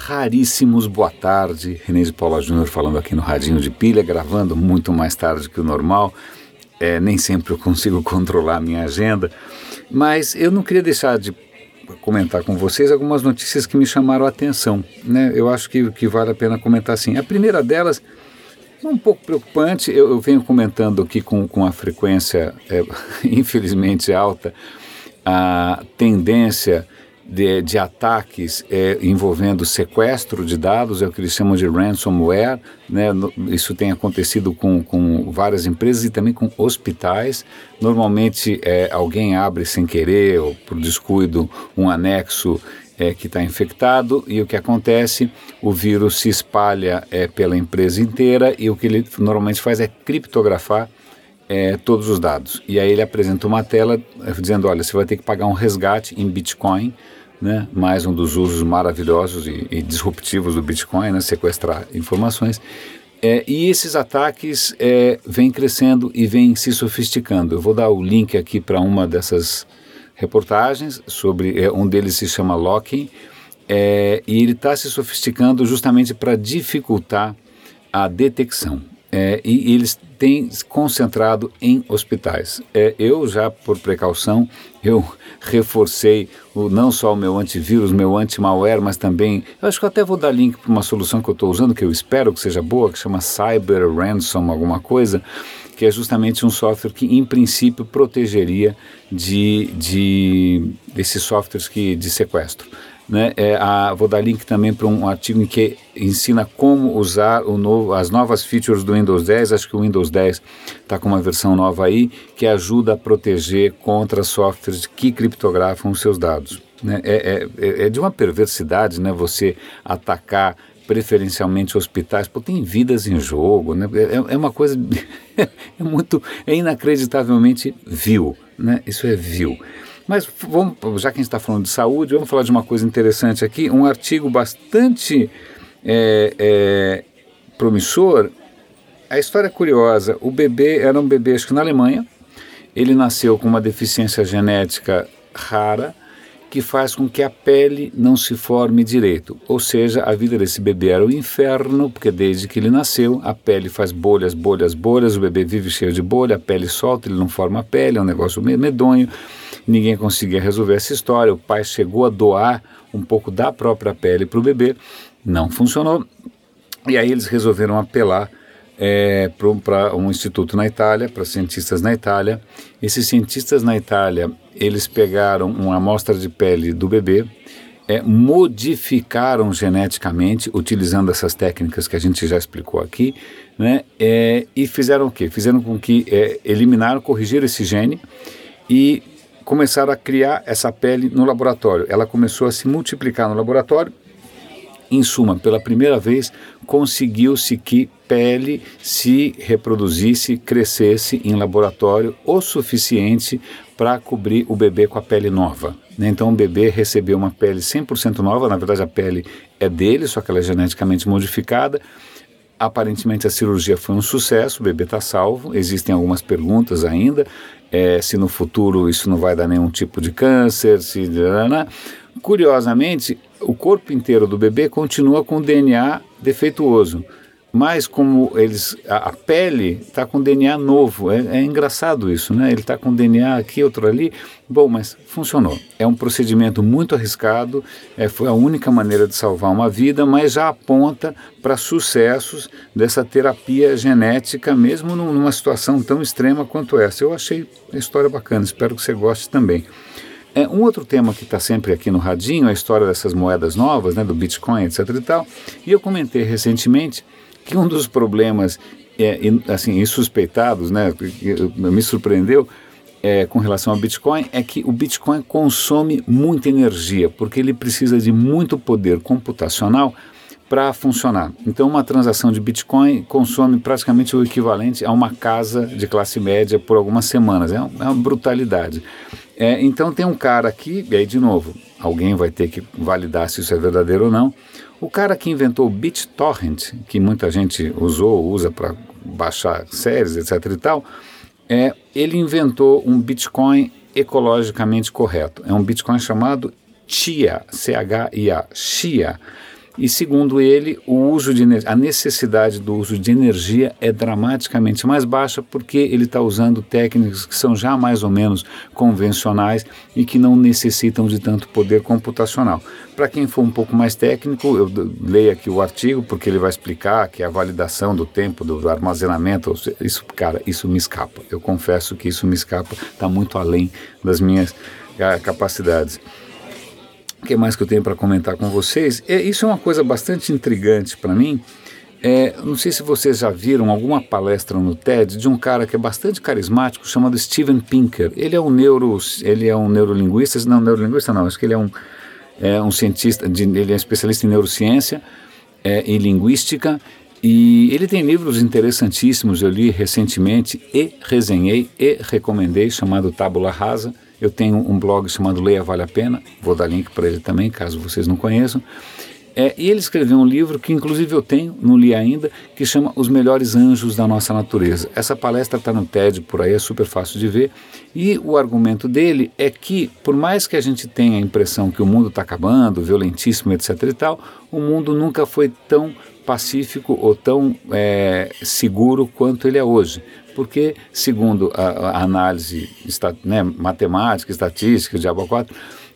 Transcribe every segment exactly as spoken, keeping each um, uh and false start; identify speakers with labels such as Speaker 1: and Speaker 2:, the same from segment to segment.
Speaker 1: raríssimos, boa tarde. René de Paula Júnior falando aqui no Radinho de Pilha, gravando muito mais tarde que o normal. É, nem sempre eu consigo controlar a minha agenda, mas eu não queria deixar de comentar com vocês algumas notícias que me chamaram a atenção, né? Eu acho que, que vale a pena comentar assim. A primeira delas, um pouco preocupante, eu, eu venho comentando aqui com, com a frequência, é, infelizmente alta, a tendência de, de ataques é, envolvendo sequestro de dados, é o que eles chamam de ransomware, né? Isso tem acontecido com, com várias empresas e também com hospitais. Normalmente é, alguém abre sem querer ou por descuido um anexo é, que está infectado, e o que acontece? O vírus se espalha é, pela empresa inteira, e o que ele normalmente faz é criptografar É, todos os dados. E aí ele apresenta uma tela dizendo, olha, você vai ter que pagar um resgate em Bitcoin, né? Mais um dos usos maravilhosos e, e disruptivos do Bitcoin, né? Sequestrar informações. É, e esses ataques é, vêm crescendo e vêm se sofisticando. Eu vou dar o link aqui para uma dessas reportagens, sobre é, um deles se chama Locking, é, e ele está se sofisticando justamente para dificultar a detecção. É, e eles têm concentrado em hospitais. É, eu já, por precaução, eu reforcei o, não só o meu antivírus, meu anti-malware, mas também, eu acho que eu até vou dar link para uma solução que eu estou usando, que eu espero que seja boa, que chama Cyber Ransom, alguma coisa, que é justamente um software que, em princípio, protegeria de, de desses softwares que, de sequestro. Né? É, a, vou dar link também para um artigo em que ensina como usar o novo, as novas features do Windows dez. Acho que o Windows dez está com uma versão nova aí, que ajuda a proteger contra softwares que criptografam os seus dados. Né? É, é, é de uma perversidade, né, você atacar preferencialmente hospitais, porque tem vidas em jogo, né? é, é uma coisa é muito, é inacreditavelmente vil, né? Isso é vil. Mas vamos, já que a gente está falando de saúde, vamos falar de uma coisa interessante aqui, um artigo bastante é, é, promissor. A história é curiosa, o bebê era um bebê, acho que na Alemanha, ele nasceu com uma deficiência genética rara, que faz com que a pele não se forme direito, ou seja, a vida desse bebê era o inferno, porque desde que ele nasceu, a pele faz bolhas, bolhas, bolhas, o bebê vive cheio de bolha, a pele solta, ele não forma a pele, é um negócio meio medonho, ninguém conseguia resolver essa história, o pai chegou a doar um pouco da própria pele para o bebê, não funcionou, e aí eles resolveram apelar É, para um instituto na Itália, para cientistas na Itália. Esses cientistas na Itália, eles pegaram uma amostra de pele do bebê, é, modificaram geneticamente, utilizando essas técnicas que a gente já explicou aqui, né, é, e fizeram o quê? Fizeram com que é, eliminaram, corrigiram esse gene e começaram a criar essa pele no laboratório. Ela começou a se multiplicar no laboratório. Em suma, pela primeira vez, conseguiu-se que pele se reproduzisse, crescesse em laboratório o suficiente para cobrir o bebê com a pele nova. Então o bebê recebeu uma pele cem por cento nova, na verdade a pele é dele, só que ela é geneticamente modificada. Aparentemente a cirurgia foi um sucesso, o bebê está salvo, existem algumas perguntas ainda, é, se no futuro isso não vai dar nenhum tipo de câncer, se... Curiosamente, o corpo inteiro do bebê continua com D N A defeituoso, mas como eles, a, a pele está com D N A novo, é, é engraçado isso, né? Ele está com D N A aqui, outro ali, bom, mas funcionou. É um procedimento muito arriscado, é, foi a única maneira de salvar uma vida, mas já aponta para sucessos dessa terapia genética, mesmo numa situação tão extrema quanto essa. Eu achei a história bacana, espero que você goste também. É, um outro tema que está sempre aqui no Radinho é a história dessas moedas novas, né, do Bitcoin, etc e tal, e eu comentei recentemente que um dos problemas é, assim, insuspeitados, né, me surpreendeu é, com relação ao Bitcoin, é que o Bitcoin consome muita energia, porque ele precisa de muito poder computacional para funcionar. Então uma transação de Bitcoin consome praticamente o equivalente a uma casa de classe média por algumas semanas, é uma, é uma brutalidade. É, então tem um cara aqui, e aí de novo, alguém vai ter que validar se isso é verdadeiro ou não, o cara que inventou o BitTorrent, que muita gente usou, usa para baixar séries, etc e tal, é, ele inventou um Bitcoin ecologicamente correto, é um Bitcoin chamado Chia, C H I A, Chia. E segundo ele, o uso de a necessidade do uso de energia é dramaticamente mais baixa porque ele está usando técnicas que são já mais ou menos convencionais e que não necessitam de tanto poder computacional. Para quem for um pouco mais técnico, eu leio aqui o artigo porque ele vai explicar que a validação do tempo do armazenamento, isso, cara, isso me escapa. Eu confesso que isso me escapa, está muito além das minhas uh, capacidades. O que mais que eu tenho para comentar com vocês? É, isso é uma coisa bastante intrigante para mim. É, não sei se vocês já viram alguma palestra no TED de um cara que é bastante carismático chamado Steven Pinker. Ele é um neuro, ele é um neurolinguista, não, neurolinguista não, acho que ele é um, é um cientista, de, ele é especialista em neurociência é, e linguística. E ele tem livros interessantíssimos, eu li recentemente e resenhei e recomendei, chamado Tábula Rasa. Eu tenho um blog chamado Leia Vale a Pena, vou dar link para ele também, caso vocês não conheçam. É, e ele escreveu um livro que inclusive eu tenho, não li ainda, que chama Os Melhores Anjos da Nossa Natureza. Essa palestra está no TED por aí, é super fácil de ver. E o argumento dele é que, por mais que a gente tenha a impressão que o mundo está acabando, violentíssimo, etc e tal, o mundo nunca foi tão pacífico ou tão é, seguro quanto ele é hoje. Porque, segundo a, a análise esta, né, matemática, estatística, diabo quatro,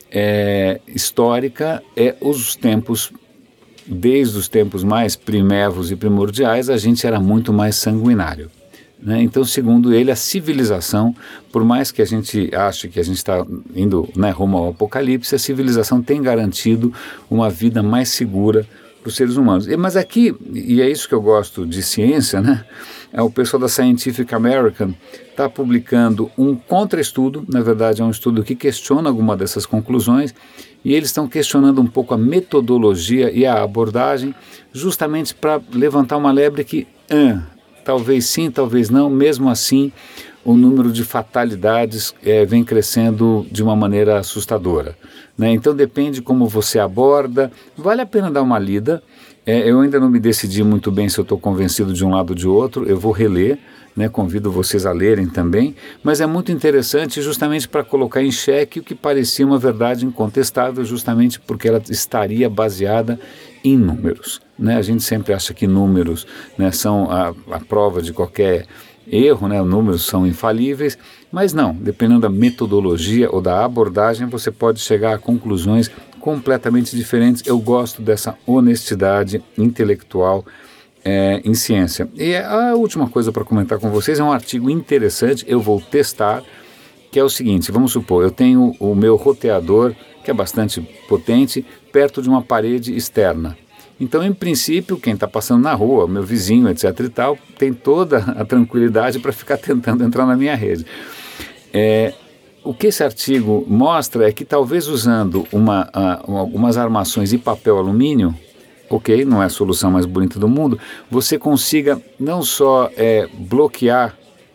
Speaker 1: é, histórica, é os tempos, desde os tempos mais primevos e primordiais, a gente era muito mais sanguinário. Né? Então, segundo ele, a civilização, por mais que a gente ache que a gente está indo, né, rumo ao apocalipse, a civilização tem garantido uma vida mais segura para os seres humanos. Mas aqui, e é isso que eu gosto de ciência, né? É o pessoal da Scientific American está publicando um contra-estudo, na verdade é um estudo que questiona alguma dessas conclusões, e eles estão questionando um pouco a metodologia e a abordagem, justamente para levantar uma lebre que, ah, talvez sim, talvez não, mesmo assim o número de fatalidades é, vem crescendo de uma maneira assustadora. Né? Então depende como você aborda, vale a pena dar uma lida. É, eu ainda não me decidi muito bem se eu estou convencido de um lado ou de outro, eu vou reler, né? Convido vocês a lerem também, mas é muito interessante justamente para colocar em xeque o que parecia uma verdade incontestável, justamente porque ela estaria baseada em números. Né? A gente sempre acha que números, né, são a, a prova de qualquer erro, né? Os números são infalíveis, mas não, dependendo da metodologia ou da abordagem, você pode chegar a conclusões completamente diferentes. Eu gosto dessa honestidade intelectual é, em ciência. E a última coisa para comentar com vocês é um artigo interessante, eu vou testar, que é o seguinte, vamos supor, eu tenho o meu roteador, que é bastante potente, perto de uma parede externa. Então, em princípio, quem está passando na rua, meu vizinho, etc e tal, tem toda a tranquilidade para ficar tentando entrar na minha rede. É, o que esse artigo mostra é que talvez usando uma, uh, algumas armações de papel alumínio, ok, não é a solução mais bonita do mundo, você consiga não só é, bloquear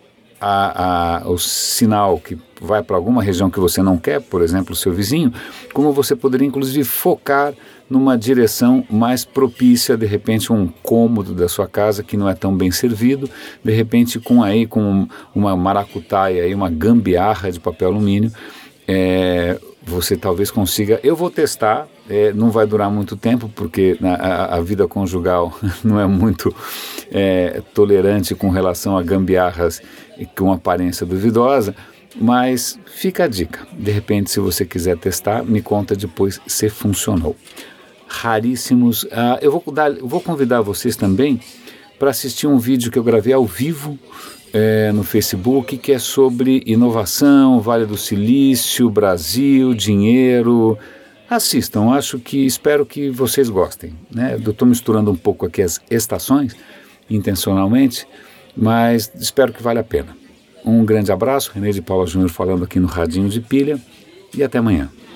Speaker 1: a, a, o sinal que vai para alguma região que você não quer, por exemplo, o seu vizinho, como você poderia inclusive focar numa direção mais propícia, de repente um cômodo da sua casa que não é tão bem servido, de repente com aí com uma maracutaia, aí, uma gambiarra de papel alumínio, é, você talvez consiga, eu vou testar, é, não vai durar muito tempo porque a, a vida conjugal não é muito é, tolerante com relação a gambiarras com aparência duvidosa, mas fica a dica, de repente se você quiser testar, me conta depois se funcionou. Raríssimos, uh, eu, vou dar, eu vou convidar vocês também para assistir um vídeo que eu gravei ao vivo é, no Facebook, que é sobre inovação, Vale do Silício, Brasil, dinheiro. Assistam, acho que, espero que vocês gostem, né? Eu estou misturando um pouco aqui as estações, intencionalmente, mas espero que vale a pena. Um grande abraço, René de Paula Júnior falando aqui no Radinho de Pilha, e até amanhã.